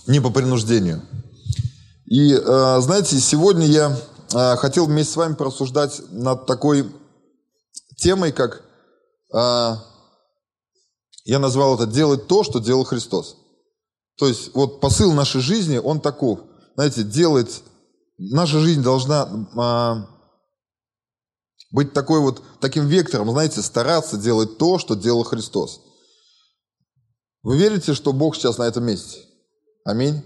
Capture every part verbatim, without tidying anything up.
не по принуждению. И, э, знаете, сегодня я э, хотел вместе с вами порассуждать над такой темой, как, э, я назвал это «делать то, что делал Христос». То есть вот посыл нашей жизни, он таков. Знаете, делать, наша жизнь должна э, быть такой вот, таким вектором, знаете, стараться делать то, что делал Христос. Вы верите, что Бог сейчас на этом месте? Аминь.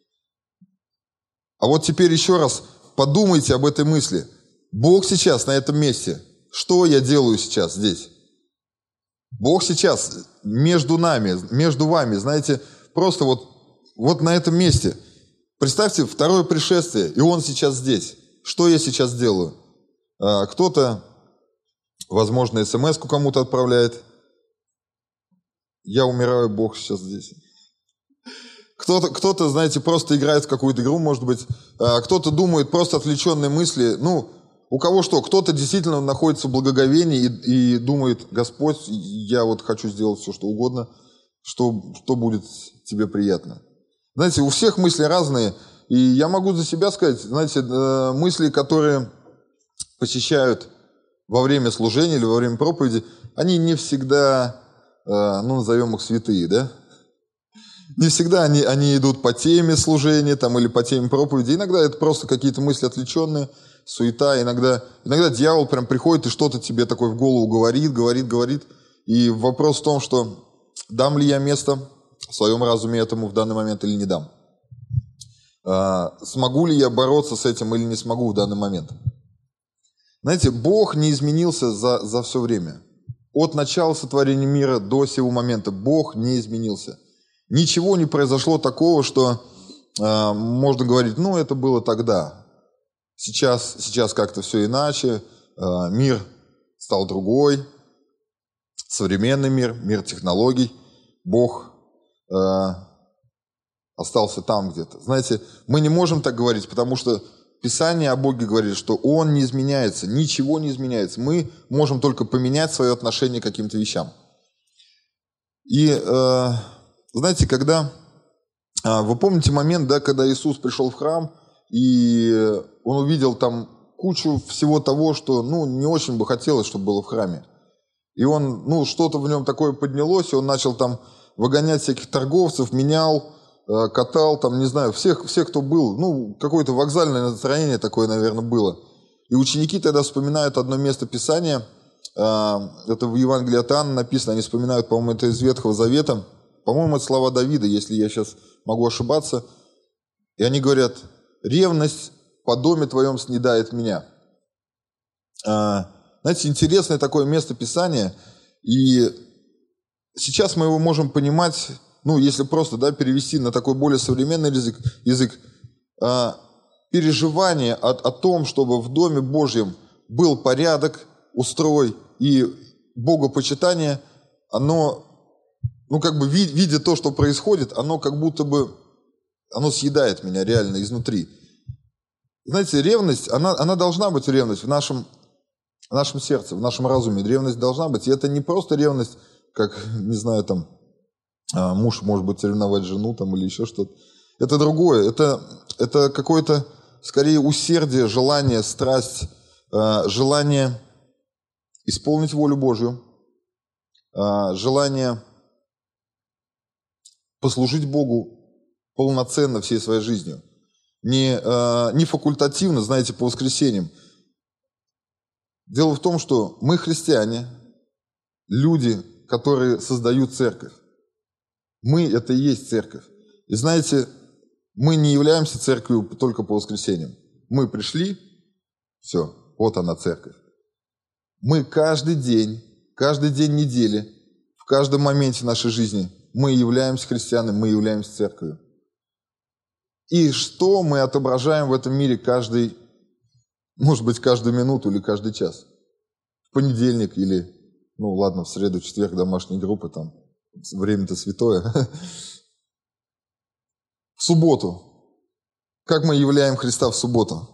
А вот теперь еще раз подумайте об этой мысли. Бог сейчас на этом месте. Что я делаю сейчас здесь? Бог сейчас между нами, между вами, знаете, просто вот, вот на этом месте. Представьте, второе пришествие, и Он сейчас здесь. Что я сейчас делаю? А, кто-то, возможно, смс-ку кому-то отправляет. Я умираю, Бог сейчас здесь. Кто-то, кто-то, знаете, просто играет в какую-то игру, может быть. А, кто-то думает просто отвлеченные мысли. Ну, у кого что? Кто-то действительно находится в благоговении и, и думает: Господь, я вот хочу сделать все, что угодно, что, что будет тебе приятно. Знаете, у всех мысли разные, и я могу за себя сказать, знаете, мысли, которые посещают во время служения или во время проповеди, они не всегда, ну, назовем их святые, да? Не всегда они, они идут по теме служения там, или по теме проповеди. Иногда это просто какие-то мысли отвлеченные, суета. Иногда, иногда дьявол прям приходит и что-то тебе такое в голову говорит, говорит, говорит. И вопрос в том, что дам ли я место в своем разуме этому в данный момент или не дам. А, смогу ли я бороться с этим или не смогу в данный момент. Знаете, Бог не изменился за, за все время. От начала сотворения мира до сего момента Бог не изменился. Ничего не произошло такого, что э, можно говорить, ну, это было тогда. Сейчас, сейчас как-то все иначе. Э, мир стал другой. Современный мир, мир технологий. Бог э, остался там где-то. Знаете, мы не можем так говорить, потому что Писание о Боге говорит, что Он не изменяется, ничего не изменяется. Мы можем только поменять свое отношение к каким-то вещам. И... Э, Знаете, когда, вы помните момент, да, когда Иисус пришел в храм, и Он увидел там кучу всего того, что, ну, не очень бы хотелось, чтобы было в храме. И Он, ну, что-то в нем такое поднялось, и Он начал там выгонять всяких торговцев, менял, катал, там, не знаю, всех, всех, кто был, ну, какое-то вокзальное настроение такое, наверное, было. И ученики тогда вспоминают одно место Писания, это в Евангелии от Иоанна написано, они вспоминают, по-моему, это из Ветхого Завета. По-моему, это слова Давида, если я сейчас могу ошибаться. И они говорят: ревность по доме твоем снедает меня. А, знаете, интересное такое место Писания. И сейчас мы его можем понимать, ну, если просто, да, перевести на такой более современный язык, язык а, переживание о, о том, чтобы в Доме Божьем был порядок, устрой и богопочитание, оно... Ну, как бы, видя то, что происходит, оно как будто бы, оно съедает меня реально изнутри. Знаете, ревность, она, она должна быть ревность в нашем, в нашем сердце, в нашем разуме. Ревность должна быть. И это не просто ревность, как, не знаю, там, муж может быть ревновать жену там или еще что-то. Это другое. Это, это какое-то, скорее, усердие, желание, страсть, желание исполнить волю Божью, желание... послужить Богу полноценно всей своей жизнью. Не, э, не факультативно, знаете, по воскресеньям. Дело в том, что мы христиане, люди, которые создают церковь. Мы – это и есть церковь. И знаете, мы не являемся церковью только по воскресеньям. Мы пришли, все, вот она церковь. Мы каждый день, каждый день недели, в каждом моменте нашей жизни – мы являемся христианами, мы являемся церковью. И что мы отображаем в этом мире каждый, может быть, каждую минуту или каждый час? В понедельник или, ну ладно, в среду, четверг, домашние группы, там, время-то святое. В субботу. Как мы являем Христа в субботу?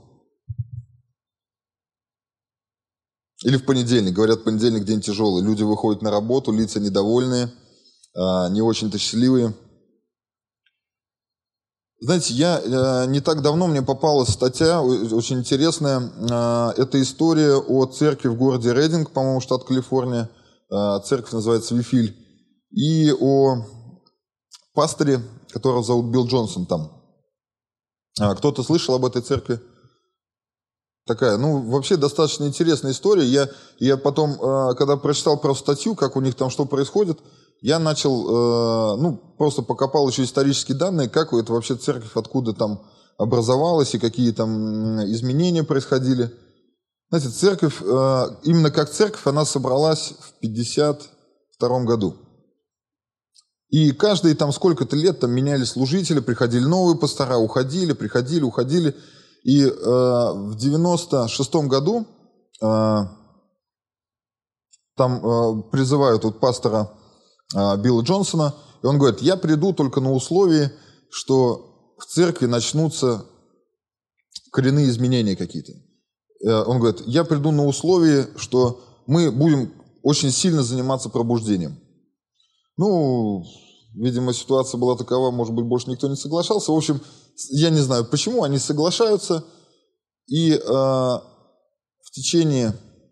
Или в понедельник. Говорят, понедельник день тяжелый. Люди выходят на работу, лица недовольные, не очень-то счастливые. Знаете, я э, не так давно мне попалась статья очень интересная. Э, это история о церкви в городе Рейдинг, по-моему, штат Калифорния. Э, церковь называется Вифиль. И о пасторе, которого зовут Билл Джонсон там. Э, кто-то слышал об этой церкви? Такая, ну, вообще достаточно интересная история. Я, я потом, э, когда прочитал про статью, как у них там что происходит, я начал, э, ну, просто покопал еще исторические данные, как это вообще церковь, откуда там образовалась и какие там изменения происходили. Знаете, церковь, э, именно как церковь, она собралась в пятьдесят втором году. И каждые там сколько-то лет там меняли служители, приходили новые пастора, уходили, приходили, уходили. И э, в девяносто шестом году э, там э, призывают вот пастора Билла Джонсона, и он говорит, я приду только на условии, что в церкви начнутся коренные изменения какие-то. Он говорит, я приду на условии, что мы будем очень сильно заниматься пробуждением. Ну, видимо, ситуация была такова, может быть, больше никто не соглашался. В общем, я не знаю, почему они соглашаются, и э, в течение...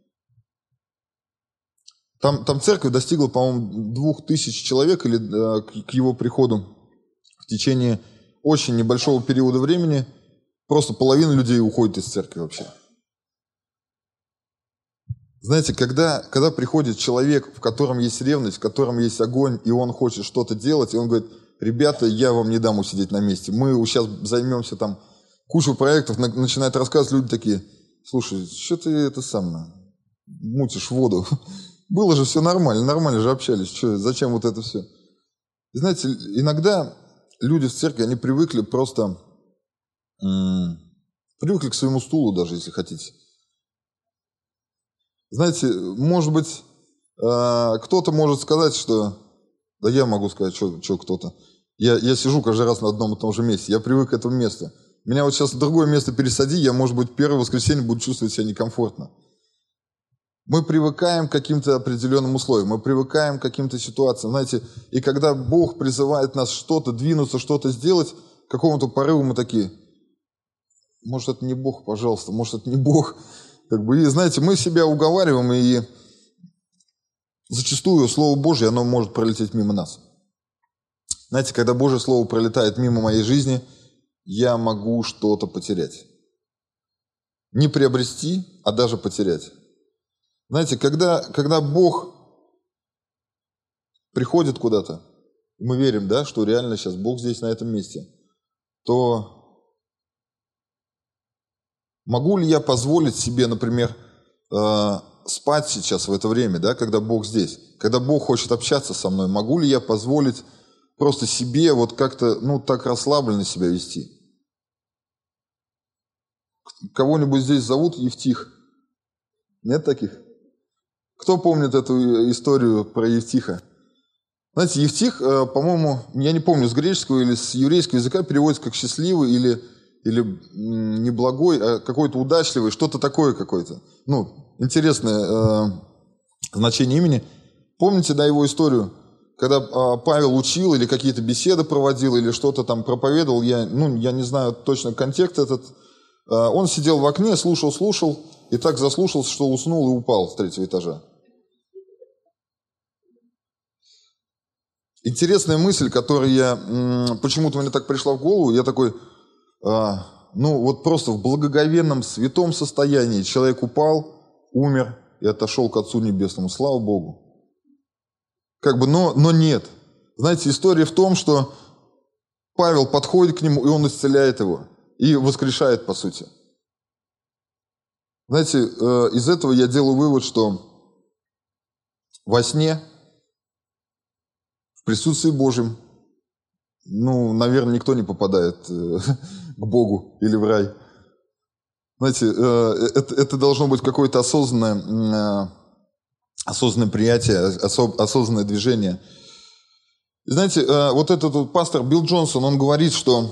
Там, там церковь достигла, по-моему, двух тысяч человек или, э, к, к его приходу в течение очень небольшого периода времени. Просто половина людей уходит из церкви вообще. Знаете, когда, когда приходит человек, в котором есть ревность, в котором есть огонь, и он хочет что-то делать, и он говорит, ребята, я вам не дам усидеть на месте, мы сейчас займемся там кучу проектов, на, начинает рассказывать, люди такие, слушай, что ты это самое, мутишь воду? Было же все нормально, нормально же общались. Что, зачем вот это все? И знаете, иногда люди в церкви, они привыкли просто... М- привыкли к своему стулу даже, если хотите. Знаете, может быть, э- кто-то может сказать, что... Да я могу сказать, что, что кто-то. Я, я сижу каждый раз на одном и том же месте. Я привык к этому месту. Меня вот сейчас в другое место пересади, я, может быть, первое воскресенье буду чувствовать себя некомфортно. Мы привыкаем к каким-то определенным условиям, мы привыкаем к каким-то ситуациям, знаете, и когда Бог призывает нас что-то, двинуться, что-то сделать, к какому-то порыву мы такие, может, это не Бог, пожалуйста, может, это не Бог. Как бы, и, знаете, мы себя уговариваем, и зачастую Слово Божье, оно может пролететь мимо нас. Знаете, когда Божье Слово пролетает мимо моей жизни, я могу что-то потерять. Не приобрести, а даже потерять. Знаете, когда, когда Бог приходит куда-то, мы верим, да, что реально сейчас Бог здесь, на этом месте, то могу ли я позволить себе, например, э, спать сейчас в это время, да, когда Бог здесь, когда Бог хочет общаться со мной, могу ли я позволить просто себе вот как-то, ну, так расслабленно себя вести? Кого-нибудь здесь зовут Евтих? Нет таких? Кто помнит эту историю про Евтиха? Знаете, Евтих, по-моему, я не помню, с греческого или с еврейского языка переводится как счастливый или, или не благой, а какой-то удачливый, что-то такое какое-то. Ну, интересное э, значение имени. Помните, да, его историю? Когда э, Павел учил или какие-то беседы проводил, или что-то там проповедовал, я, ну, я не знаю точно контекст этот, э, он сидел в окне, слушал, слушал, и так заслушался, что уснул и упал с третьего этажа. Интересная мысль, которая я, почему-то мне так пришла в голову, я такой, а, ну вот просто в благоговенном, святом состоянии человек упал, умер и отошел к Отцу Небесному, слава Богу. Как бы, но, но нет. Знаете, история в том, что Павел подходит к нему, и он исцеляет его, и воскрешает, по сути. Знаете, из этого я делаю вывод, что во сне, в присутствии Божьем, ну, наверное, никто не попадает к Богу или в рай. Знаете, это, это должно быть какое-то осознанное, осознанное приятие, осознанное движение. И знаете, вот этот вот пастор Билл Джонсон, он говорит, что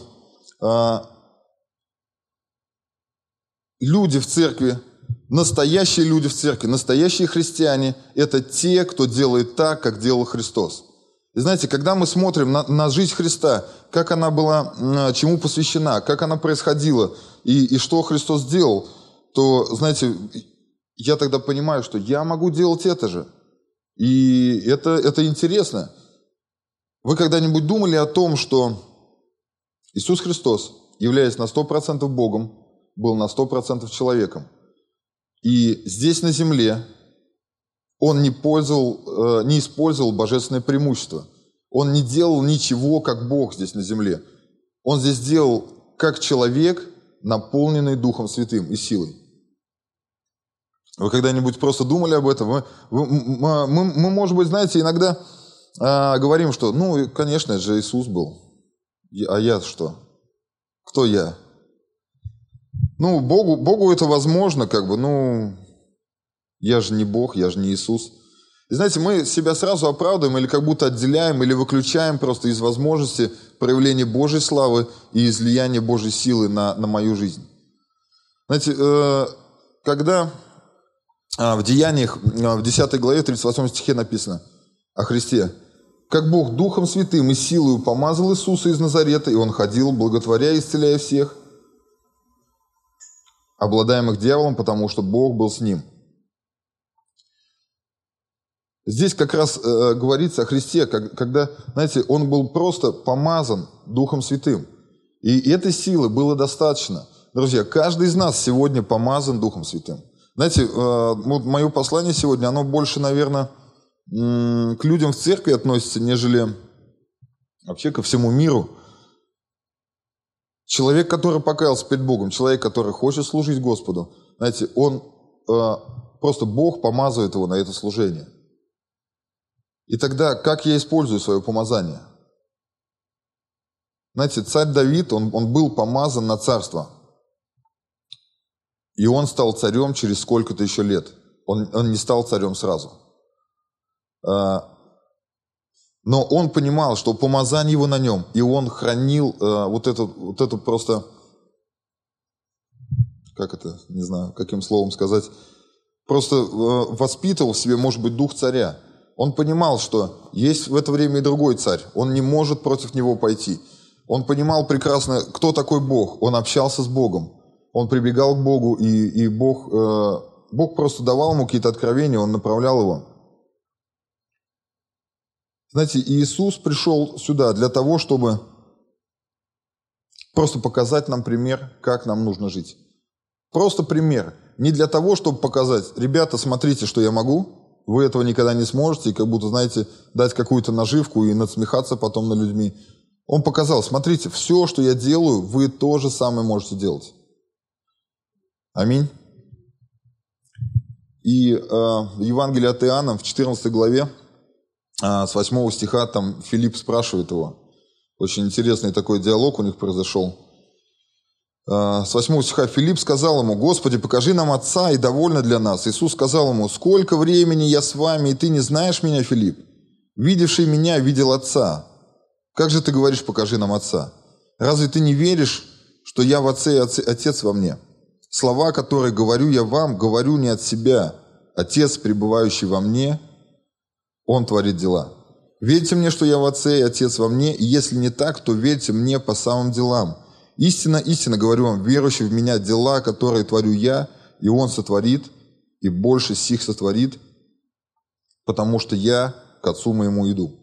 люди в церкви, настоящие люди в церкви, настоящие христиане – это те, кто делает так, как делал Христос. И знаете, когда мы смотрим на, на жизнь Христа, как она была, чему посвящена, как она происходила и, и что Христос сделал, то, знаете, я тогда понимаю, что я могу делать это же. И это, это интересно. Вы когда-нибудь думали о том, что Иисус Христос, являясь на сто процентов Богом, был на сто процентов человеком. И здесь на земле Он не, пользовал, не использовал божественное преимущество. Он не делал ничего, как Бог здесь на земле. Он здесь делал как человек, наполненный Духом Святым и силой. Вы когда-нибудь просто думали об этом? Мы, мы, мы, мы может быть, знаете, иногда а, говорим, что, ну, конечно, это же Иисус был. А я что? Кто я? Ну, Богу, Богу это возможно, как бы, ну, я же не Бог, я же не Иисус. И знаете, мы себя сразу оправдываем или как будто отделяем, или выключаем просто из возможности проявления Божьей славы и излияния Божьей силы на, на мою жизнь. Знаете, э, когда э, в Деяниях, э, в десятой главе, тридцать восьмом стихе написано о Христе, как Бог Духом Святым и силою помазал Иисуса из Назарета, и Он ходил, благотворя и исцеляя всех, обладаемых дьяволом, потому что Бог был с ним. Здесь как раз э, говорится о Христе, как, когда, знаете, Он был просто помазан Духом Святым. И этой силы было достаточно. Друзья, каждый из нас сегодня помазан Духом Святым. Знаете, э, вот мое послание сегодня, оно больше, наверное, э, к людям в церкви относится, нежели вообще ко всему миру. Человек, который покаялся перед Богом, человек, который хочет служить Господу, знаете, он э, просто Бог помазывает его на это служение. И тогда, как я использую свое помазание? Знаете, царь Давид, он, он был помазан на царство. И он стал царем через сколько-то еще лет. Он, он не стал царем сразу. Но он понимал, что помазание его на нем, и он хранил вот это, вот это просто, как это, не знаю, каким словом сказать, просто воспитывал в себе, может быть, дух царя. Он понимал, что есть в это время и другой царь. Он не может против него пойти. Он понимал прекрасно, кто такой Бог. Он общался с Богом. Он прибегал к Богу, и, и Бог, э, Бог просто давал ему какие-то откровения, он направлял его. Знаете, Иисус пришел сюда для того, чтобы просто показать нам пример, как нам нужно жить. Просто пример. Не для того, чтобы показать, ребята, смотрите, что я могу. Вы этого никогда не сможете, и как будто, знаете, дать какую-то наживку и надсмехаться потом над людьми. Он показал, смотрите, все, что я делаю, вы то же самое можете делать. Аминь. И э, в Евангелии от Иоанна, в четырнадцатой главе, э, с восьмого стиха, там Филипп спрашивает его. Очень интересный такой диалог у них произошел. С восьмого стиха Филипп сказал ему: «Господи, покажи нам Отца, и довольно для нас». Иисус сказал ему: «Сколько времени я с вами, и ты не знаешь меня, Филипп? Видевший меня видел Отца. Как же ты говоришь: покажи нам Отца? Разве ты не веришь, что я в Отце и Отец во мне? Слова, которые говорю я вам, говорю не от себя. Отец, пребывающий во мне, Он творит дела. Верьте мне, что я в Отце и Отец во мне, и если не так, то верьте мне по самым делам. Истинно, истинно говорю вам, верующий в меня дела, которые творю я, и Он сотворит, и больше сих сотворит, потому что я к Отцу моему иду».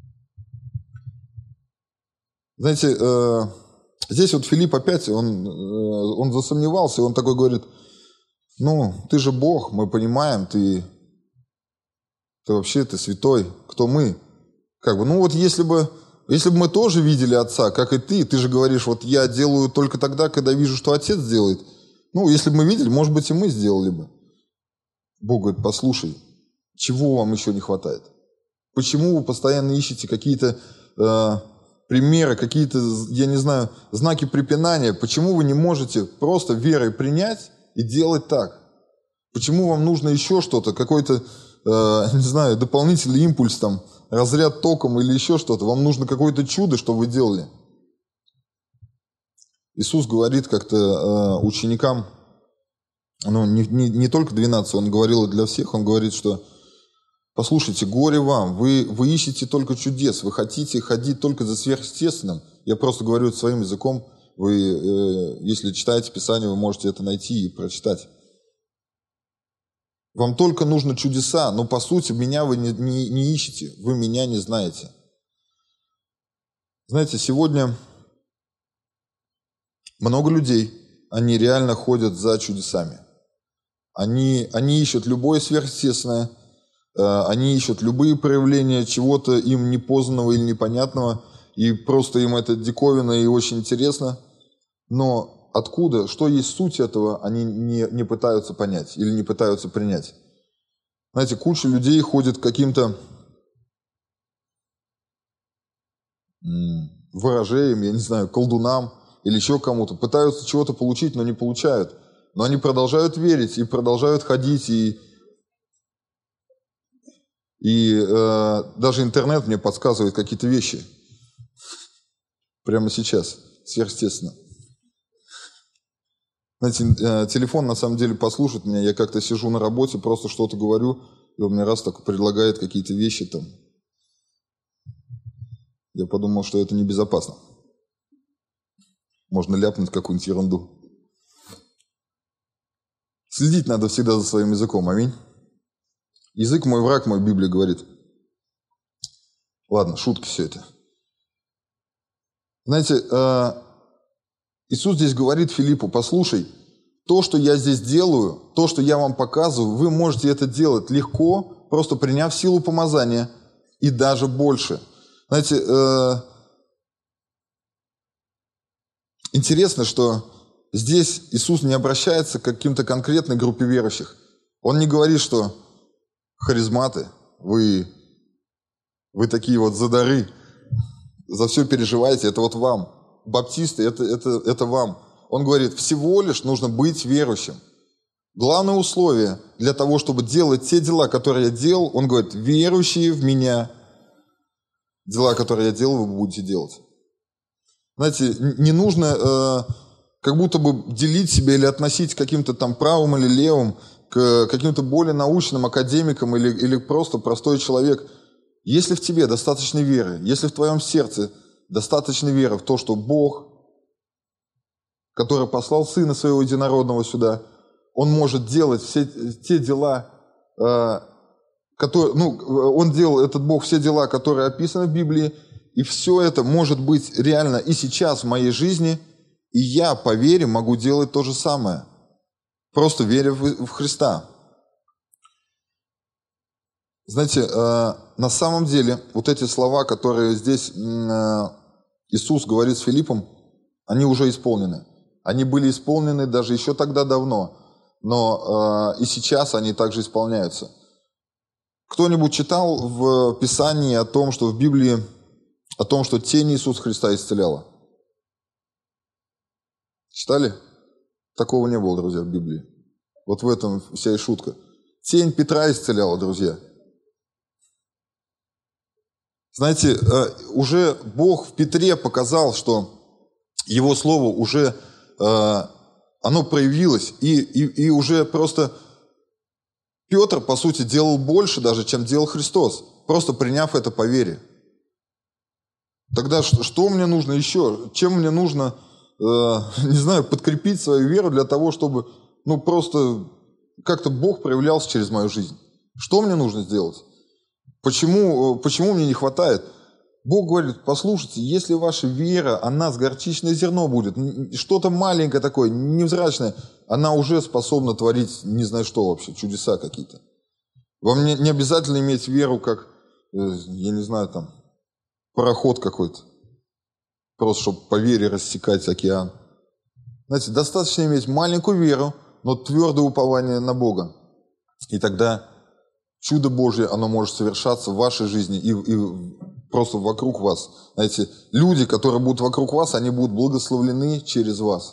Знаете, э, здесь вот Филипп опять, он, э, он засомневался, и он такой говорит: ну, ты же Бог, мы понимаем, ты, ты вообще, ты святой, кто мы? Как бы, ну вот если бы... Если бы мы тоже видели Отца, как и ты, ты же говоришь, вот я делаю только тогда, когда вижу, что Отец делает. Ну, если бы мы видели, может быть, и мы сделали бы. Бог говорит: послушай, чего вам еще не хватает? Почему вы постоянно ищете какие-то э, примеры, какие-то, я не знаю, знаки препинания? Почему вы не можете просто верой принять и делать так? Почему вам нужно еще что-то, какой-то, э, не знаю, дополнительный импульс там, разряд током или еще что-то, вам нужно какое-то чудо, что вы делали. Иисус говорит как-то э, ученикам, ну не, не, не только двенадцать, Он говорил и для всех, Он говорит, что Послушайте, горе вам, вы, вы ищете только чудес, вы хотите ходить только за сверхъестественным. Я просто говорю это своим языком. Вы, э, если читаете Писание, вы можете это найти и прочитать. Вам только нужно чудеса, но по сути меня вы не, не, не ищете, вы меня не знаете. Знаете, сегодня много людей, они реально ходят за чудесами. Они, они ищут любое сверхъестественное, э, они ищут любые проявления чего-то им непознанного или непонятного, и просто им это диковинно и очень интересно. Но откуда, что есть суть этого, они не, не пытаются понять или не пытаются принять. Знаете, куча людей ходит к каким-то ворожеям, я не знаю, колдунам или еще кому-то, пытаются чего-то получить, но не получают. Но они продолжают верить и продолжают ходить, и, и э, даже интернет мне подсказывает какие-то вещи. Прямо сейчас, сверхъестественно. Знаете, э, телефон на самом деле послушает меня, я как-то сижу на работе, просто что-то говорю, и он мне раз так предлагает какие-то вещи там. Я подумал, что это небезопасно. Можно ляпнуть какую-нибудь ерунду. Следить надо всегда за своим языком, аминь. Язык мой враг мой, Библия говорит. Ладно, шутки все это. Знаете, Иисус здесь говорит Филиппу: послушай, то, что я здесь делаю, то, что я вам показываю, вы можете это делать легко, просто приняв силу помазания и даже больше. Знаете, интересно, что здесь Иисус не обращается к каким-то конкретной группе верующих. Он не говорит, что харизматы, вы, вы такие вот задары, за все переживаете, это вот вам. Баптисты, это, это, это вам. Он говорит, всего лишь нужно быть верующим. Главное условие для того, чтобы делать те дела, которые я делал, он говорит, верующие в меня, дела, которые я делал, вы будете делать. Знаете, не нужно э, как будто бы делить себя или относить к каким-то там правым или левым, к каким-то более научным академикам или, или просто простой человек. Если в тебе достаточно веры, если в твоем сердце достаточно веры в то, что Бог, который послал Сына Своего Единородного сюда, Он может делать все те дела, э, которые, ну, Он делал, этот Бог, все дела, которые описаны в Библии, и все это может быть реально и сейчас в моей жизни, и я по вере могу делать то же самое, просто веря в, в Христа. Знаете, э, на самом деле вот эти слова, которые здесь э, Иисус говорит с Филиппом, они уже исполнены. Они были исполнены даже еще тогда давно, но э, и сейчас они также исполняются. Кто-нибудь читал в Писании о том, что в Библии, о том, что тень Иисуса Христа исцеляла? Читали? Такого не было, друзья, в Библии. Вот в этом вся и шутка. Тень Петра исцеляла, друзья. Знаете, уже Бог в Петре показал, что Его Слово уже, оно проявилось, и, и, и уже просто Петр, по сути, делал больше даже, чем делал Христос, просто приняв это по вере. Тогда что, что мне нужно еще? Чем мне нужно, не знаю, подкрепить свою веру для того, чтобы, ну, просто как-то Бог проявлялся через мою жизнь? Что мне нужно сделать? Почему, почему мне не хватает? Бог говорит, послушайте, если ваша вера, она с горчичное зерно будет, что-то маленькое такое, невзрачное, она уже способна творить не знаю что вообще, чудеса какие-то. Вам не, не обязательно иметь веру, как, я не знаю, там, пароход какой-то, просто чтобы по вере рассекать океан. Знаете, достаточно иметь маленькую веру, но твердое упование на Бога. И тогда чудо Божье, оно может совершаться в вашей жизни и, и просто вокруг вас. Знаете, люди, которые будут вокруг вас, они будут благословлены через вас.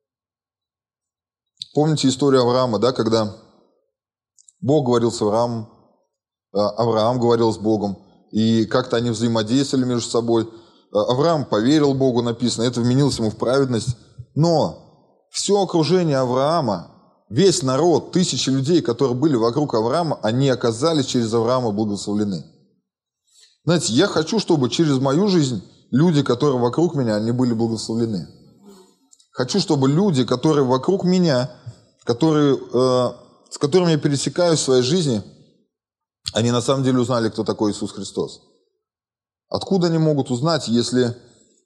Помните историю Авраама, да, когда Бог говорил с Авраамом, Авраам говорил с Богом, и как-то они взаимодействовали между собой. Авраам поверил Богу, написано, это вменилось ему в праведность. Но все окружение Авраама весь народ, тысячи людей, которые были вокруг Авраама, они оказались через Авраама благословлены. Знаете, я хочу, чтобы через мою жизнь люди, которые вокруг меня, они были благословлены. Хочу, чтобы люди, которые вокруг меня, которые, э, с которыми я пересекаюсь в своей жизни, они на самом деле узнали, кто такой Иисус Христос. Откуда они могут узнать, если,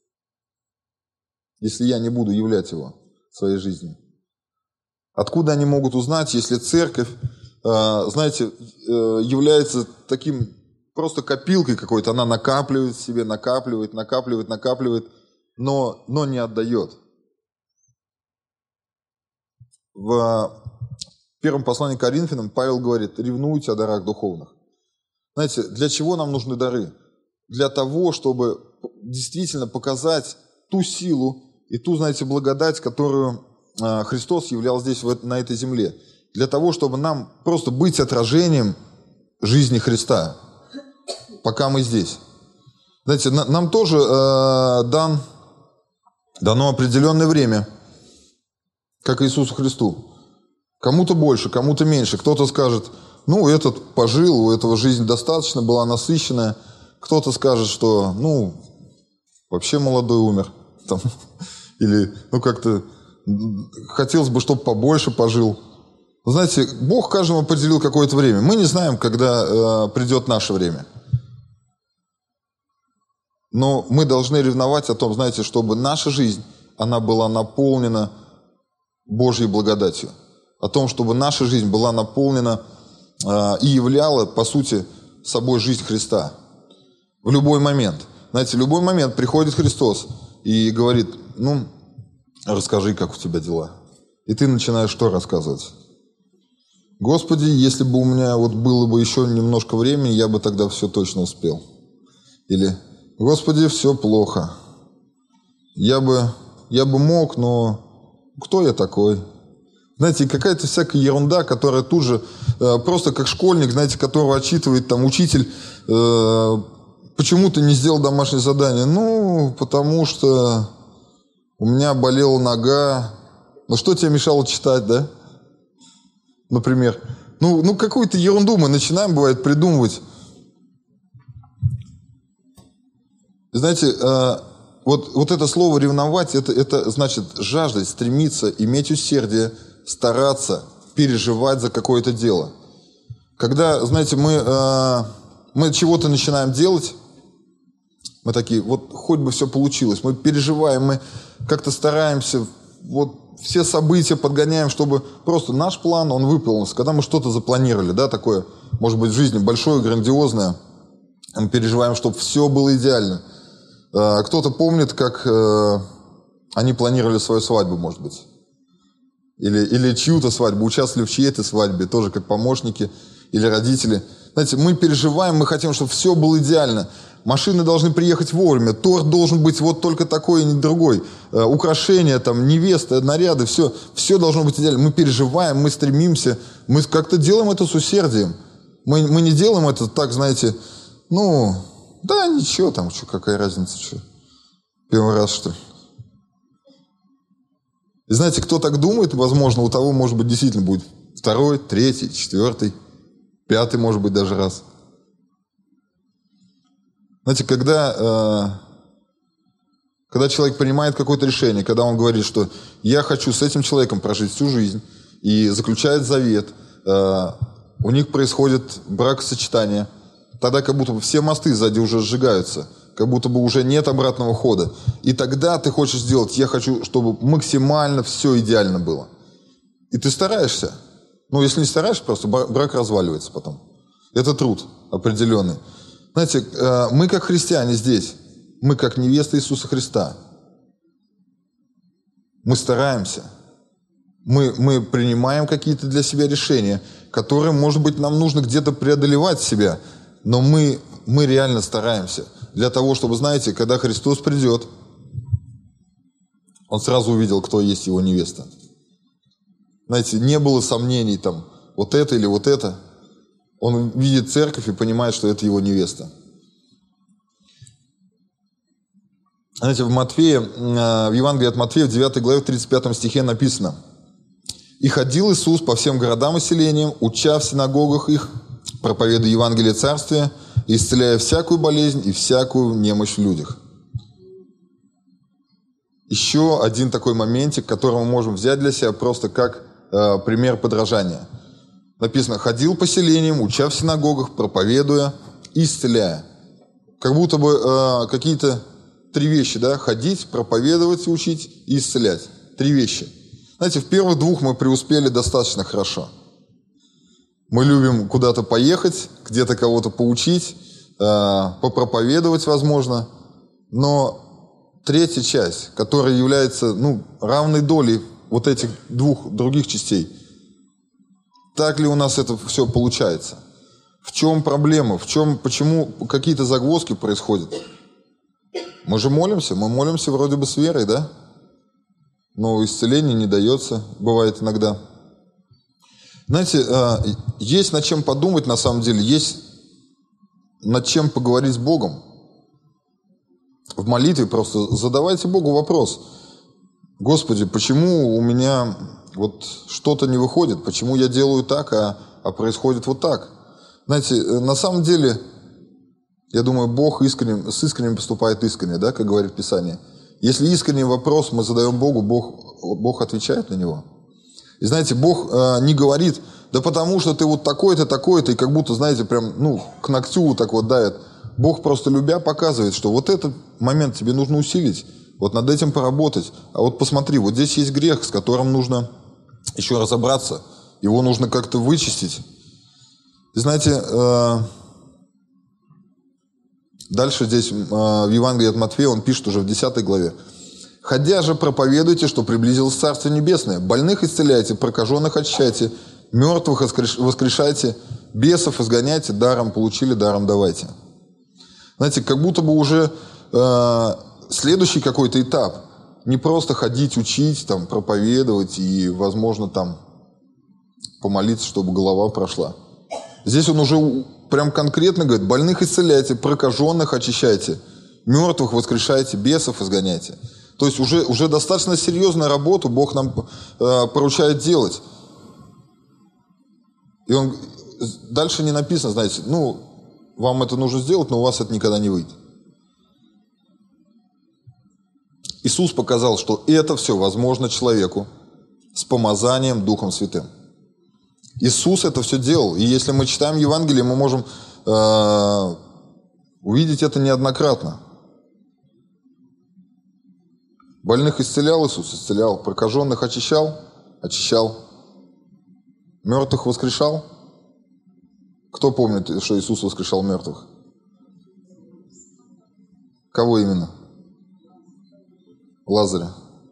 если я не буду являть Его в своей жизни? Откуда они могут узнать, если церковь, э, знаете, э, является таким просто копилкой какой-то, она накапливает в себе, накапливает, накапливает, накапливает, но, но не отдает. В первом послании к Коринфянам Павел говорит: ревнуйте о дарах духовных. Знаете, для чего нам нужны дары? Для того, чтобы действительно показать ту силу и ту, знаете, благодать, которую Христос являл здесь, на этой земле. Для того, чтобы нам просто быть отражением жизни Христа, пока мы здесь. Знаете, нам тоже э, дан, дано определенное время, как Иисусу Христу. Кому-то больше, кому-то меньше. Кто-то скажет: ну, этот пожил, у этого жизнь достаточно была насыщенная. Кто-то скажет, что, ну, вообще молодой умер. Там, или, ну, как-то хотелось бы, чтобы побольше пожил. Вы знаете, Бог каждому определил какое-то время. Мы не знаем, когда э, придет наше время. Но мы должны ревновать о том, знаете, чтобы наша жизнь, она была наполнена Божьей благодатью. О том, чтобы наша жизнь была наполнена э, и являла, по сути, собой жизнь Христа. В любой момент. Знаете, в любой момент приходит Христос и говорит: ну, расскажи, как у тебя дела. И ты начинаешь что рассказывать? Господи, если бы у меня вот было бы еще немножко времени, я бы тогда все точно успел. Или: Господи, все плохо. Я бы, я бы мог, но кто я такой? Знаете, какая-то всякая ерунда, которая тут же, э, просто как школьник, знаете, которого отчитывает там учитель, э, почему ты не сделал домашнее задание? Ну, потому что у меня болела нога. Ну, что тебе мешало читать, да? Например. Ну, ну какую-то ерунду мы начинаем, бывает, придумывать. Знаете, э, вот, вот это слово «ревновать», это, это значит жаждать, стремиться, иметь усердие, стараться, переживать за какое-то дело. Когда, знаете, мы, э, мы чего-то начинаем делать, мы такие: вот хоть бы все получилось. Мы переживаем, мы как-то стараемся, вот все события подгоняем, чтобы просто наш план, он выполнился. Когда мы что-то запланировали, да, такое, может быть, в жизни большое, грандиозное, мы переживаем, чтобы все было идеально. Э, кто-то помнит, как э, они планировали свою свадьбу, может быть. Или, или чью-то свадьбу, участвовали в чьей-то свадьбе, тоже как помощники или родители. Знаете, мы переживаем, мы хотим, чтобы все было идеально. Машины должны приехать вовремя, торт должен быть вот только такой и не другой. Э, украшения, там, невеста, наряды, все, все должно быть идеально. Мы переживаем, мы стремимся, мы как-то делаем это с усердием. Мы, мы не делаем это так, знаете, ну, да ничего там, что, какая разница, что, первый раз, что ли. И знаете, кто так думает, возможно, у того, может быть, действительно будет второй, третий, четвертый, пятый, может быть, даже раз. Знаете, когда, э, когда человек принимает какое-то решение, когда он говорит, что я хочу с этим человеком прожить всю жизнь, и заключает завет, э, у них происходит бракосочетание, тогда как будто бы все мосты сзади уже сжигаются, как будто бы уже нет обратного хода. И тогда ты хочешь сделать: я хочу, чтобы максимально все идеально было. И ты стараешься. Ну, если не стараешься, просто брак разваливается потом. Это труд определенный. Знаете, мы как христиане здесь, мы как невеста Иисуса Христа. Мы стараемся. Мы, мы принимаем какие-то для себя решения, которые, может быть, нам нужно где-то преодолевать себя, но мы, мы реально стараемся. Для того, чтобы, знаете, когда Христос придет, Он сразу увидел, кто есть Его невеста. Знаете, не было сомнений там, вот это или вот это. Он видит церковь и понимает, что это Его невеста. Знаете, в Матфея, в Евангелии от Матфея, в девятой главе, в тридцать пятом стихе написано: И ходил Иисус по всем городам и селениям, уча в синагогах их, проповедуя Евангелие Царствия, и исцеляя всякую болезнь и всякую немощь в людях. Еще один такой моментик, который мы можем взять для себя просто как э, пример подражания. Написано: ходил по селениям, уча в синагогах, проповедуя, исцеляя. Как будто бы э, какие-то три вещи, да? Ходить, проповедовать, учить и исцелять. Три вещи. Знаете, в первых двух мы преуспели достаточно хорошо. Мы любим куда-то поехать, где-то кого-то поучить, э, попроповедовать, возможно. Но третья часть, которая является ну, равной долей вот этих двух других частей, так ли у нас это все получается? В чем проблема? В чем, почему какие-то загвоздки происходят? Мы же молимся, мы молимся вроде бы с верой, да? Но исцеление не дается, бывает иногда. Знаете, есть над чем подумать на самом деле, есть над чем поговорить с Богом. В молитве просто задавайте Богу вопрос: Господи, почему у меня вот что-то не выходит, почему я делаю так, а, а происходит вот так? Знаете, на самом деле, я думаю, Бог искренне, с искренним поступает искренне, да, как говорит Писание. Если искренний вопрос мы задаем Богу, Бог, Бог отвечает на него. И знаете, Бог э, не говорит: да потому что ты вот такой-то, такой-то, и как будто, знаете, прям, ну, к ногтю вот так вот давит. Бог просто любя показывает, что вот этот момент тебе нужно усилить, вот над этим поработать. А вот посмотри, вот здесь есть грех, с которым нужно еще разобраться, его нужно как-то вычистить. И знаете, э, дальше здесь э, в Евангелии от Матфея он пишет уже в десятой главе: «Ходя же проповедуйте, что приблизилось Царствие Небесное, больных исцеляйте, прокаженных очищайте, мертвых воскрешайте, бесов изгоняйте, даром получили, даром давайте». Знаете, как будто бы уже э, следующий какой-то этап. Не просто ходить, учить, там, проповедовать и, возможно, там помолиться, чтобы голова прошла. Здесь он уже прям конкретно говорит: больных исцеляйте, прокаженных очищайте, мертвых воскрешайте, бесов изгоняйте. То есть уже, уже достаточно серьезную работу Бог нам э, поручает делать. И он дальше не написано, знаете, ну, вам это нужно сделать, но у вас это никогда не выйдет. Иисус показал, что это все возможно человеку с помазанием Духом Святым. Иисус это все делал. И если мы читаем Евангелие, мы можем э, увидеть это неоднократно. Больных исцелял Иисус, исцелял. Прокаженных очищал, очищал. Мертвых воскрешал. Кто помнит, что Иисус воскрешал мертвых? Кого именно? Лазаря.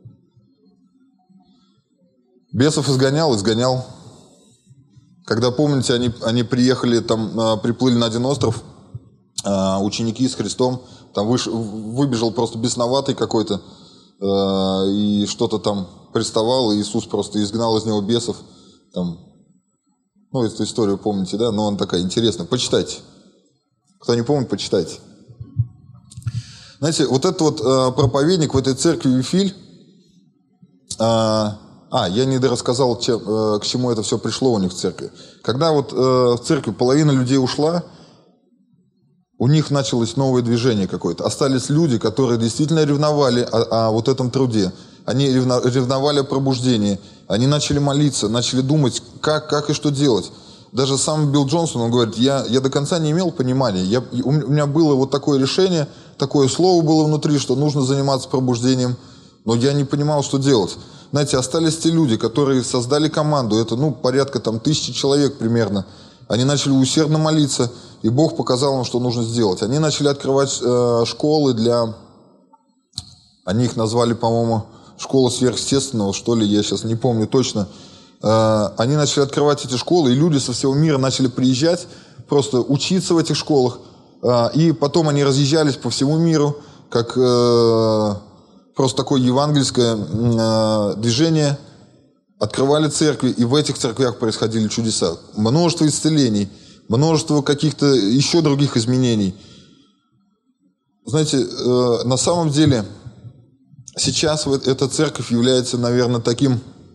Бесов изгонял, изгонял. Когда, помните, они, они приехали, там, приплыли на один остров, ученики с Христом, там выш, выбежал просто бесноватый какой-то, и что-то там приставал, и Иисус просто изгнал из него бесов. Там, ну, эту историю помните, да? Но она такая интересная. Почитайте. Кто не помнит, почитайте. Знаете, вот этот вот э, проповедник в этой церкви Вифиль, э, а, я не дорассказал, чем, э, к чему это все пришло у них в церкви. Когда вот э, в церкви половина людей ушла, у них началось новое движение какое-то. Остались люди, которые действительно ревновали о, о вот этом труде. Они ревно, ревновали о пробуждении. Они начали молиться, начали думать, как, как и что делать. Даже сам Билл Джонсон, он говорит: я, я до конца не имел понимания. Я, у меня было вот такое решение, такое слово было внутри, что нужно заниматься пробуждением, но я не понимал, что делать. Знаете, остались те люди, которые создали команду, это ну, порядка там, тысячи человек примерно. Они начали усердно молиться, и Бог показал им, что нужно сделать. Они начали открывать э, школы для... Они их назвали, по-моему, школа сверхъестественного, что ли, я сейчас не помню точно. Э, они начали открывать эти школы, и люди со всего мира начали приезжать, просто учиться в этих школах. Э, и потом они разъезжались по всему миру, как э, просто такое евангельское э, движение. Открывали церкви, и в этих церквях происходили чудеса. Множество исцелений, множество каких-то еще других изменений. Знаете, э, на самом деле сейчас вот эта церковь является, наверное, таким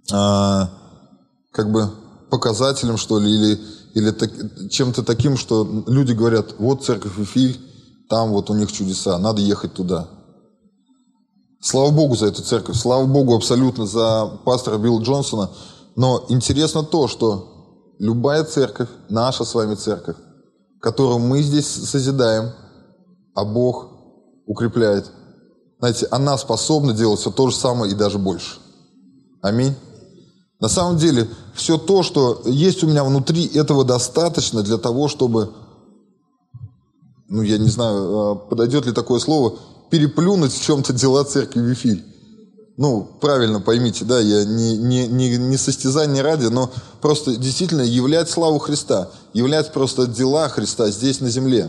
а, как бы показателем, что ли, или, или так, чем-то таким, что люди говорят, вот церковь Вифиль, там вот у них чудеса, надо ехать туда. Слава Богу за эту церковь, слава Богу абсолютно за пастора Билла Джонсона, но интересно то, что любая церковь, наша с вами церковь, которую мы здесь созидаем, а Бог укрепляет, знаете, она способна делать все то же самое и даже больше. Аминь. На самом деле, все то, что есть у меня внутри, этого достаточно для того, чтобы, ну, я не знаю, подойдет ли такое слово, переплюнуть в чем-то дела церкви Вифиль. Ну, правильно поймите, да, я не, не, не, не состязание ради, но просто действительно являть славу Христа, являть просто дела Христа здесь на земле.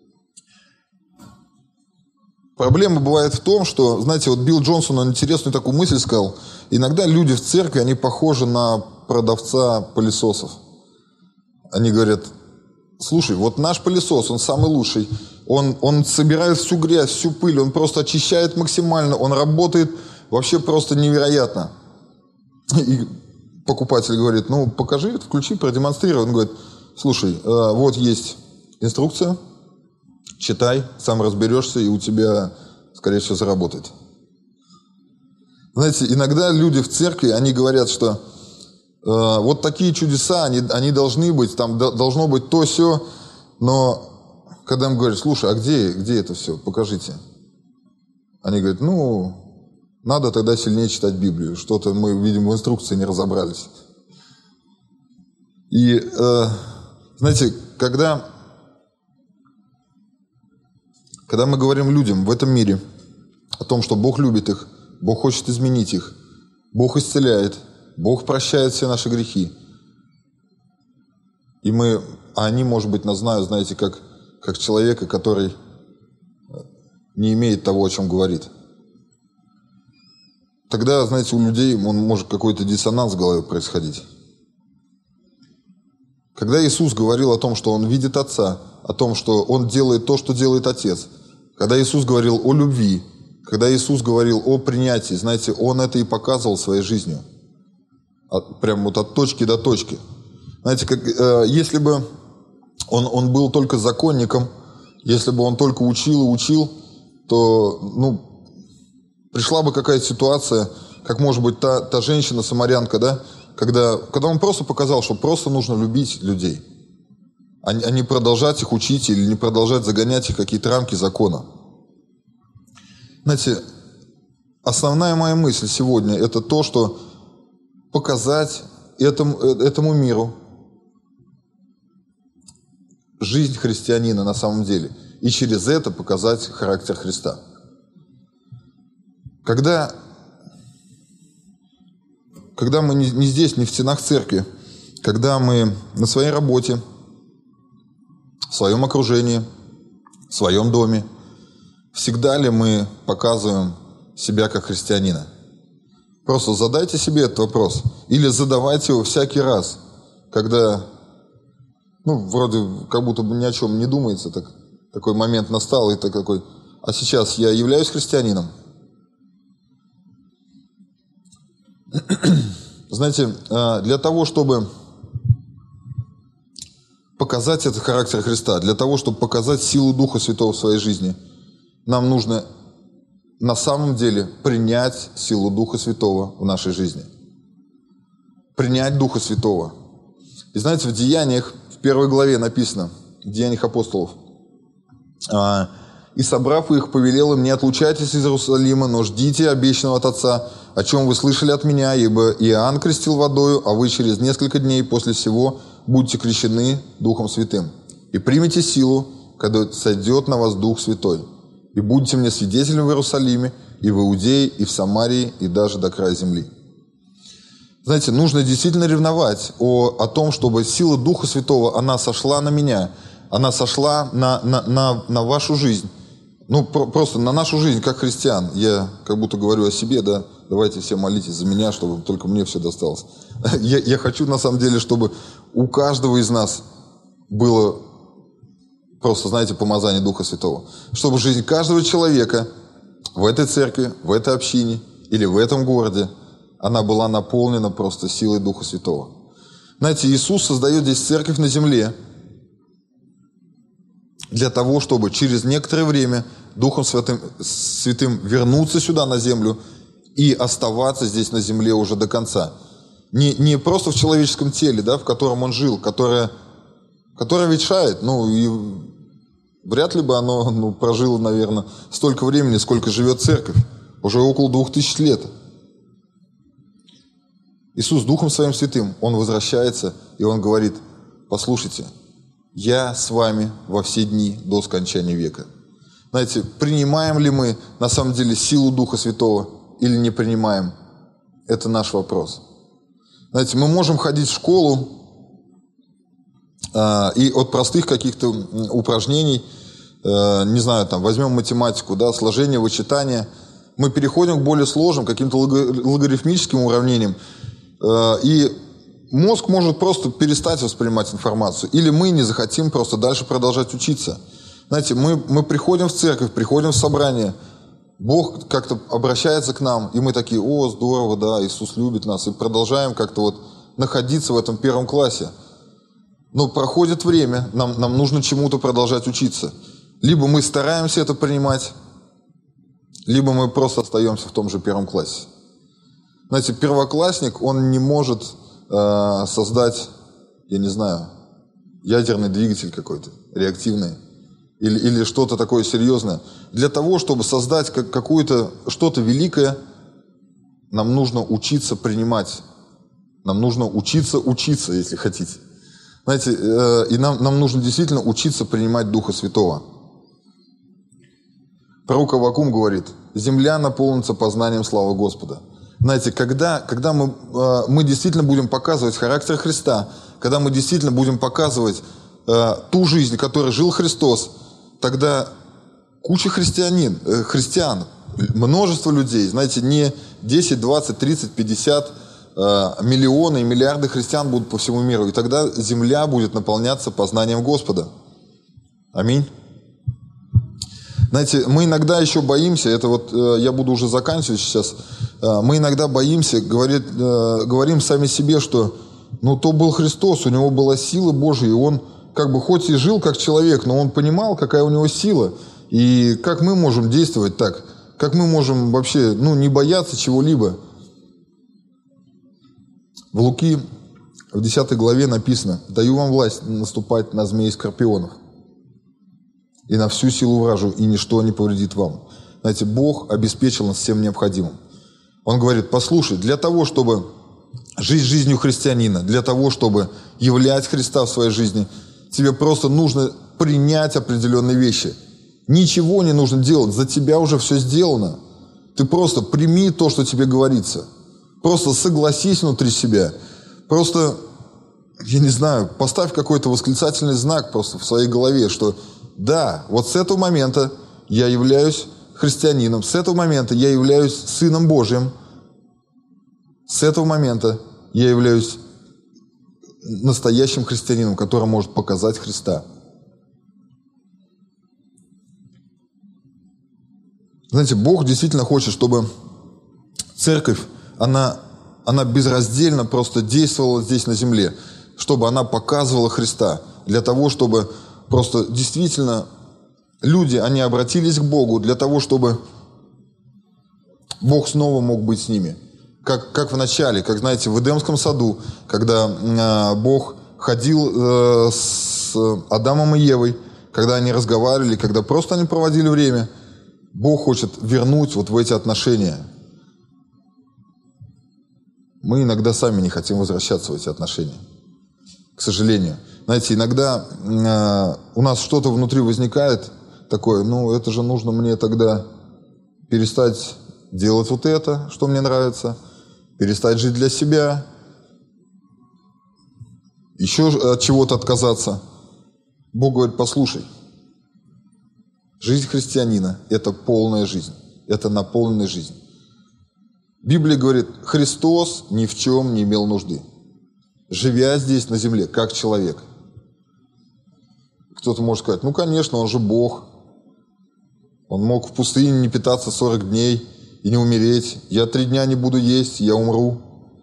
Проблема бывает в том, что, знаете, вот Билл Джонсон, он интересную такую мысль сказал, иногда люди в церкви, они похожи на продавца пылесосов. Они говорят, слушай, вот наш пылесос, он самый лучший, он, он собирает всю грязь, всю пыль, он просто очищает максимально, он работает вообще просто невероятно. И покупатель говорит, ну покажи, включи, продемонстрируй. Он говорит, слушай, вот есть инструкция, читай, сам разберешься, и у тебя, скорее всего, заработает. Знаете, иногда люди в церкви, они говорят, что э, вот такие чудеса, они, они должны быть, там должно быть то-сё, но когда им говорят, слушай, а где, где это все, покажите. Они говорят, ну, надо тогда сильнее читать Библию, что-то мы, видимо, в инструкции не разобрались. И, э, знаете, когда... Когда мы говорим людям в этом мире о том, что Бог любит их, Бог хочет изменить их, Бог исцеляет, Бог прощает все наши грехи. И мы, а они, может быть, нас знают, знаете, как, как человека, который не имеет того, о чем говорит. Тогда, знаете, у людей он может какой-то диссонанс в голове происходить. Когда Иисус говорил о том, что Он видит Отца, о том, что Он делает то, что делает Отец, когда Иисус говорил о любви, когда Иисус говорил о принятии, знаете, Он это и показывал своей жизнью. От, прям вот от точки до точки. Знаете, как, э, если бы он, он был только законником, если бы Он только учил и учил, то, ну, пришла бы какая-то ситуация, как может быть та, та женщина-самарянка, да, когда, когда Он просто показал, что просто нужно любить людей, а не продолжать их учить или не продолжать загонять их в какие-то рамки закона. Знаете, основная моя мысль сегодня – это то, что показать этому, этому миру жизнь христианина на самом деле, и через это показать характер Христа. Когда, когда мы не, не здесь, не в стенах церкви, когда мы на своей работе, в своем окружении, в своем доме, всегда ли мы показываем себя как христианина? Просто задайте себе этот вопрос. Или задавайте его всякий раз, когда, ну, вроде как будто бы ни о чем не думается, так, такой момент настал, и так такой, а сейчас я являюсь христианином? Знаете, для того, чтобы показать этот характер Христа, для того, чтобы показать силу Духа Святого в своей жизни, нам нужно на самом деле принять силу Духа Святого в нашей жизни. Принять Духа Святого. И знаете, в Деяниях, в первой главе написано, в Деяниях апостолов, «И, собрав их, повелел им, не отлучайтесь из Иерусалима, но ждите обещанного от Отца, о чем вы слышали от меня, ибо Иоанн крестил водою, а вы через несколько дней после всего будете крещены Духом Святым. И примите силу, когда сойдет на вас Дух Святой. И будете мне свидетелями в Иерусалиме, и в Иудее, и в Самарии, и даже до края земли». Знаете, нужно действительно ревновать о, о том, чтобы сила Духа Святого, она сошла на меня, она сошла на, на, на, на вашу жизнь. Ну, про, просто на нашу жизнь, как христиан. Я как будто говорю о себе, да, давайте все молитесь за меня, чтобы только мне все досталось. Я, я хочу, на самом деле, чтобы у каждого из нас было просто, знаете, помазание Духа Святого. Чтобы жизнь каждого человека в этой церкви, в этой общине или в этом городе она была наполнена просто силой Духа Святого. Знаете, Иисус создает здесь церковь на земле для того, чтобы через некоторое время Духом Святым, Святым вернуться сюда на землю и оставаться здесь на земле уже до конца. Не, не просто в человеческом теле, да, в котором он жил, которое, которое ветшает, ну и вряд ли бы оно ну, прожило, наверное, столько времени, сколько живет церковь, уже около двух тысяч лет. Иисус Духом Своим Святым, Он возвращается, и Он говорит: послушайте, я с вами во все дни до скончания века. Знаете, принимаем ли мы на самом деле силу Духа Святого или не принимаем? Это наш вопрос. Знаете, мы можем ходить в школу, э, и от простых каких-то упражнений, э, не знаю, там, возьмем математику, да, сложение, вычитание, мы переходим к более сложным, каким-то логарифмическим уравнениям, э, и мозг может просто перестать воспринимать информацию, или мы не захотим просто дальше продолжать учиться. Знаете, мы, мы приходим в церковь, приходим в собрание, Бог как-то обращается к нам, и мы такие: о, здорово, да, Иисус любит нас, и продолжаем как-то вот находиться в этом первом классе. Но проходит время, нам, нам нужно чему-то продолжать учиться. Либо мы стараемся это принимать, либо мы просто остаемся в том же первом классе. Знаете, первоклассник, он не может э, создать, я не знаю, ядерный двигатель какой-то, реактивный. Или, или что-то такое серьезное. Для того, чтобы создать как, какое-то что-то великое, нам нужно учиться принимать. Нам нужно учиться учиться, если хотите. Знаете, э, и нам, нам нужно действительно учиться принимать Духа Святого. Пророк Аввакум говорит: земля наполнится познанием славы Господа. Знаете, когда, когда мы, э, мы действительно будем показывать характер Христа, когда мы действительно будем показывать э, ту жизнь, которой жил Христос, тогда куча христианин, э, христиан, множество людей, знаете, не десять, двадцать, тридцать, пятьдесят, э, миллионы и миллиарды христиан будут по всему миру. И тогда земля будет наполняться познанием Господа. Аминь. Знаете, мы иногда еще боимся, это вот э, я буду уже заканчивать сейчас, э, мы иногда боимся, говорит, э, говорим сами себе, что ну то был Христос, у него была сила Божия, и он как бы хоть и жил как человек, но он понимал, какая у него сила, и как мы можем действовать так, как мы можем вообще, ну, не бояться чего-либо. В Луки, в десятой главе написано: «Даю вам власть наступать на змей и скорпионов, и на всю силу вражью, и ничто не повредит вам». Знаете, Бог обеспечил нас всем необходимым. Он говорит: послушай, для того, чтобы жить жизнью христианина, для того, чтобы являть Христа в своей жизни, тебе просто нужно принять определенные вещи. Ничего не нужно делать, за тебя уже все сделано. Ты просто прими то, что тебе говорится. Просто согласись внутри себя. Просто, я не знаю, поставь какой-то восклицательный знак просто в своей голове, что да, вот с этого момента я являюсь христианином, с этого момента я являюсь Сыном Божьим, с этого момента я являюсь настоящим христианином, который может показать Христа. Знаете, Бог действительно хочет, чтобы церковь, она, она безраздельно просто действовала здесь на земле, чтобы она показывала Христа, для того, чтобы просто действительно люди, они обратились к Богу, для того, чтобы Бог снова мог быть с ними. Как, как в начале, как, знаете, в Эдемском саду, когда э, Бог ходил э, с Адамом и Евой, когда они разговаривали, когда просто они проводили время, Бог хочет вернуть вот в эти отношения. Мы иногда сами не хотим возвращаться в эти отношения, к сожалению. Знаете, иногда э, у нас что-то внутри возникает такое: ну, это же нужно мне тогда перестать делать вот это, что мне нравится, перестать жить для себя, еще от чего-то отказаться. Бог говорит: послушай, жизнь христианина – это полная жизнь, это наполненная жизнь. Библия говорит: Христос ни в чем не имел нужды, живя здесь на земле, как человек. Кто-то может сказать: ну, конечно, он же Бог. Он мог в пустыне не питаться сорок дней и не умереть. Я три дня не буду есть, я умру.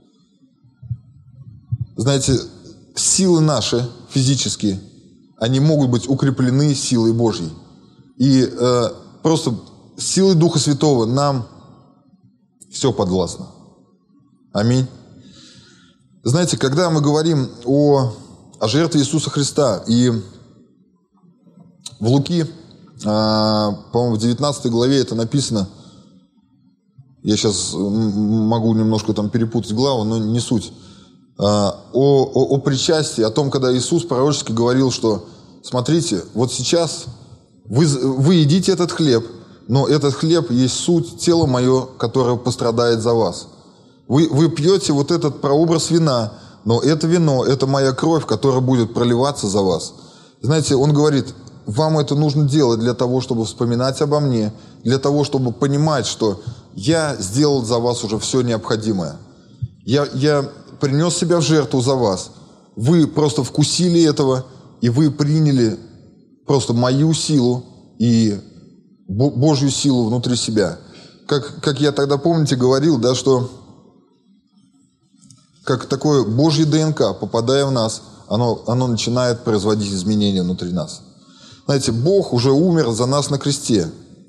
Знаете, силы наши физические, они могут быть укреплены силой Божьей. И э, просто силой Духа Святого нам все подвластно. Аминь. Знаете, когда мы говорим о, о жертве Иисуса Христа, и в Луки, э, по-моему, в девятнадцатой главе это написано, я сейчас могу немножко там перепутать главу, но не суть, э, о, о, о причастии, о том, когда Иисус пророчески говорил, что смотрите, вот сейчас вы, вы едите этот хлеб, но этот хлеб есть суть тело мое, которое пострадает за вас. Вы, вы пьете вот этот прообраз вина, но это вино, это моя кровь, которая будет проливаться за вас. Знаете, он говорит, вам это нужно делать для того, чтобы вспоминать обо мне, для того, чтобы понимать, что я сделал за вас уже все необходимое. Я, я принес себя в жертву за вас. Вы просто вкусили этого, и вы приняли просто мою силу и Божью силу внутри себя. Как, как я тогда, помните, говорил, да, что как такое Божье ДНК, попадая в нас, оно, оно начинает производить изменения внутри нас. Знаете, Бог уже умер за нас на кресте.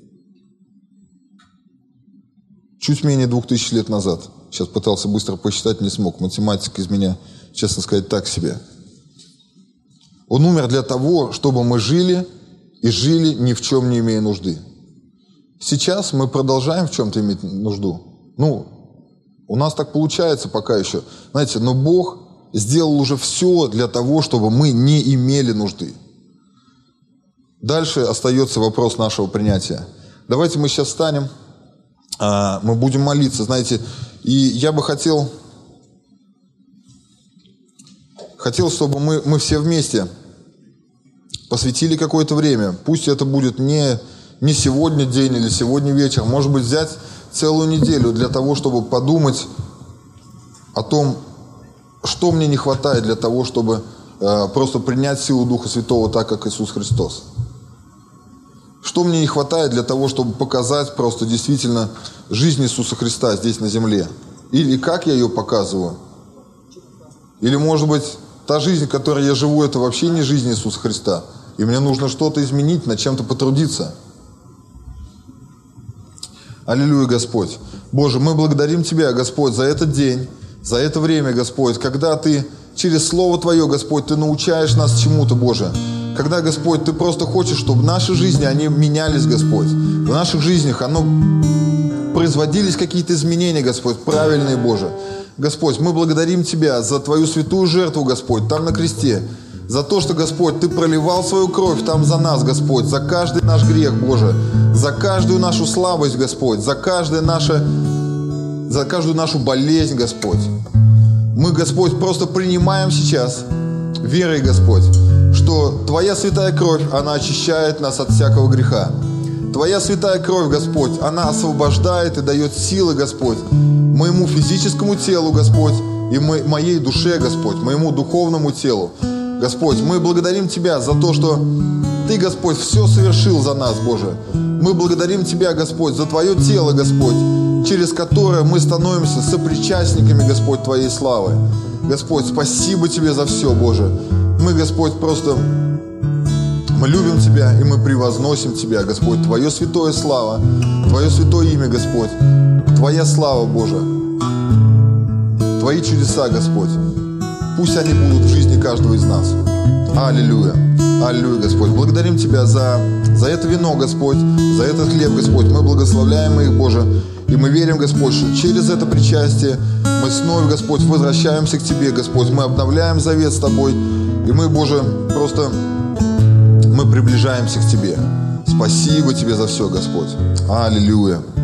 Чуть менее двух тысяч лет назад. Сейчас пытался быстро посчитать, не смог. Математика из меня, честно сказать, так себе. Он умер для того, чтобы мы жили и жили ни в чем не имея нужды. Сейчас мы продолжаем в чем-то иметь нужду. Ну, у нас так получается пока еще. Знаете, но Бог сделал уже все для того, чтобы мы не имели нужды. Дальше остается вопрос нашего принятия. Давайте мы сейчас встанем, мы будем молиться, знаете. И я бы хотел, хотел, чтобы мы, мы все вместе посвятили какое-то время. Пусть это будет не, не сегодня день или сегодня вечер. Может быть, взять целую неделю для того, чтобы подумать о том, что мне не хватает для того, чтобы э, просто принять силу Духа Святого так, как Иисус Христос. Что мне не хватает для того, чтобы показать просто действительно жизнь Иисуса Христа здесь на земле. Или как я ее показываю. Или, может быть, та жизнь, которой я живу, это вообще не жизнь Иисуса Христа. И мне нужно что-то изменить, над чем-то потрудиться. Аллилуйя, Господь. Боже, мы благодарим Тебя, Господь, за этот день, за это время, Господь, когда Ты через Слово Твое, Господь, Ты научаешь нас чему-то, Боже. Когда, Господь, Ты просто хочешь, чтобы наши жизни, они менялись, Господь. В наших жизнях оно производились какие-то изменения, Господь, правильные, Боже. Господь, мы благодарим Тебя за Твою святую жертву, Господь, там на кресте. За то, что, Господь, Ты проливал свою кровь там за нас, Господь, за каждый наш грех, Боже, за каждую нашу слабость, Господь, за каждое наше, за каждую нашу болезнь, Господь. Мы, Господь, просто принимаем сейчас верой, Господь, что Твоя святая кровь, она очищает нас от всякого греха. Твоя святая кровь, Господь, она освобождает и дает силы, Господь, моему физическому телу, Господь, и моей душе, Господь, моему духовному телу. Господь, мы благодарим Тебя за то, что Ты, Господь, все совершил за нас, Боже. Мы благодарим Тебя, Господь, за Твое тело, Господь, через которое мы становимся сопричастниками, Господь, Твоей славы. Господь, спасибо Тебе за все, Боже. Мы, Господь, просто мы любим Тебя и мы превозносим Тебя, Господь. Твое святое слава, Твое святое имя, Господь. Твоя слава, Боже. Твои чудеса, Господь. Пусть они будут в жизни каждого из нас. Аллилуйя. Аллилуйя, Господь. Благодарим Тебя за, за это вино, Господь, за этот хлеб, Господь. Мы благословляем их, Боже. И мы верим, Господь, что через это причастие мы снова, Господь, возвращаемся к Тебе, Господь. Мы обновляем завет с Тобой. И мы, Боже, просто мы приближаемся к Тебе. Спасибо Тебе за все, Господь. Аллилуйя.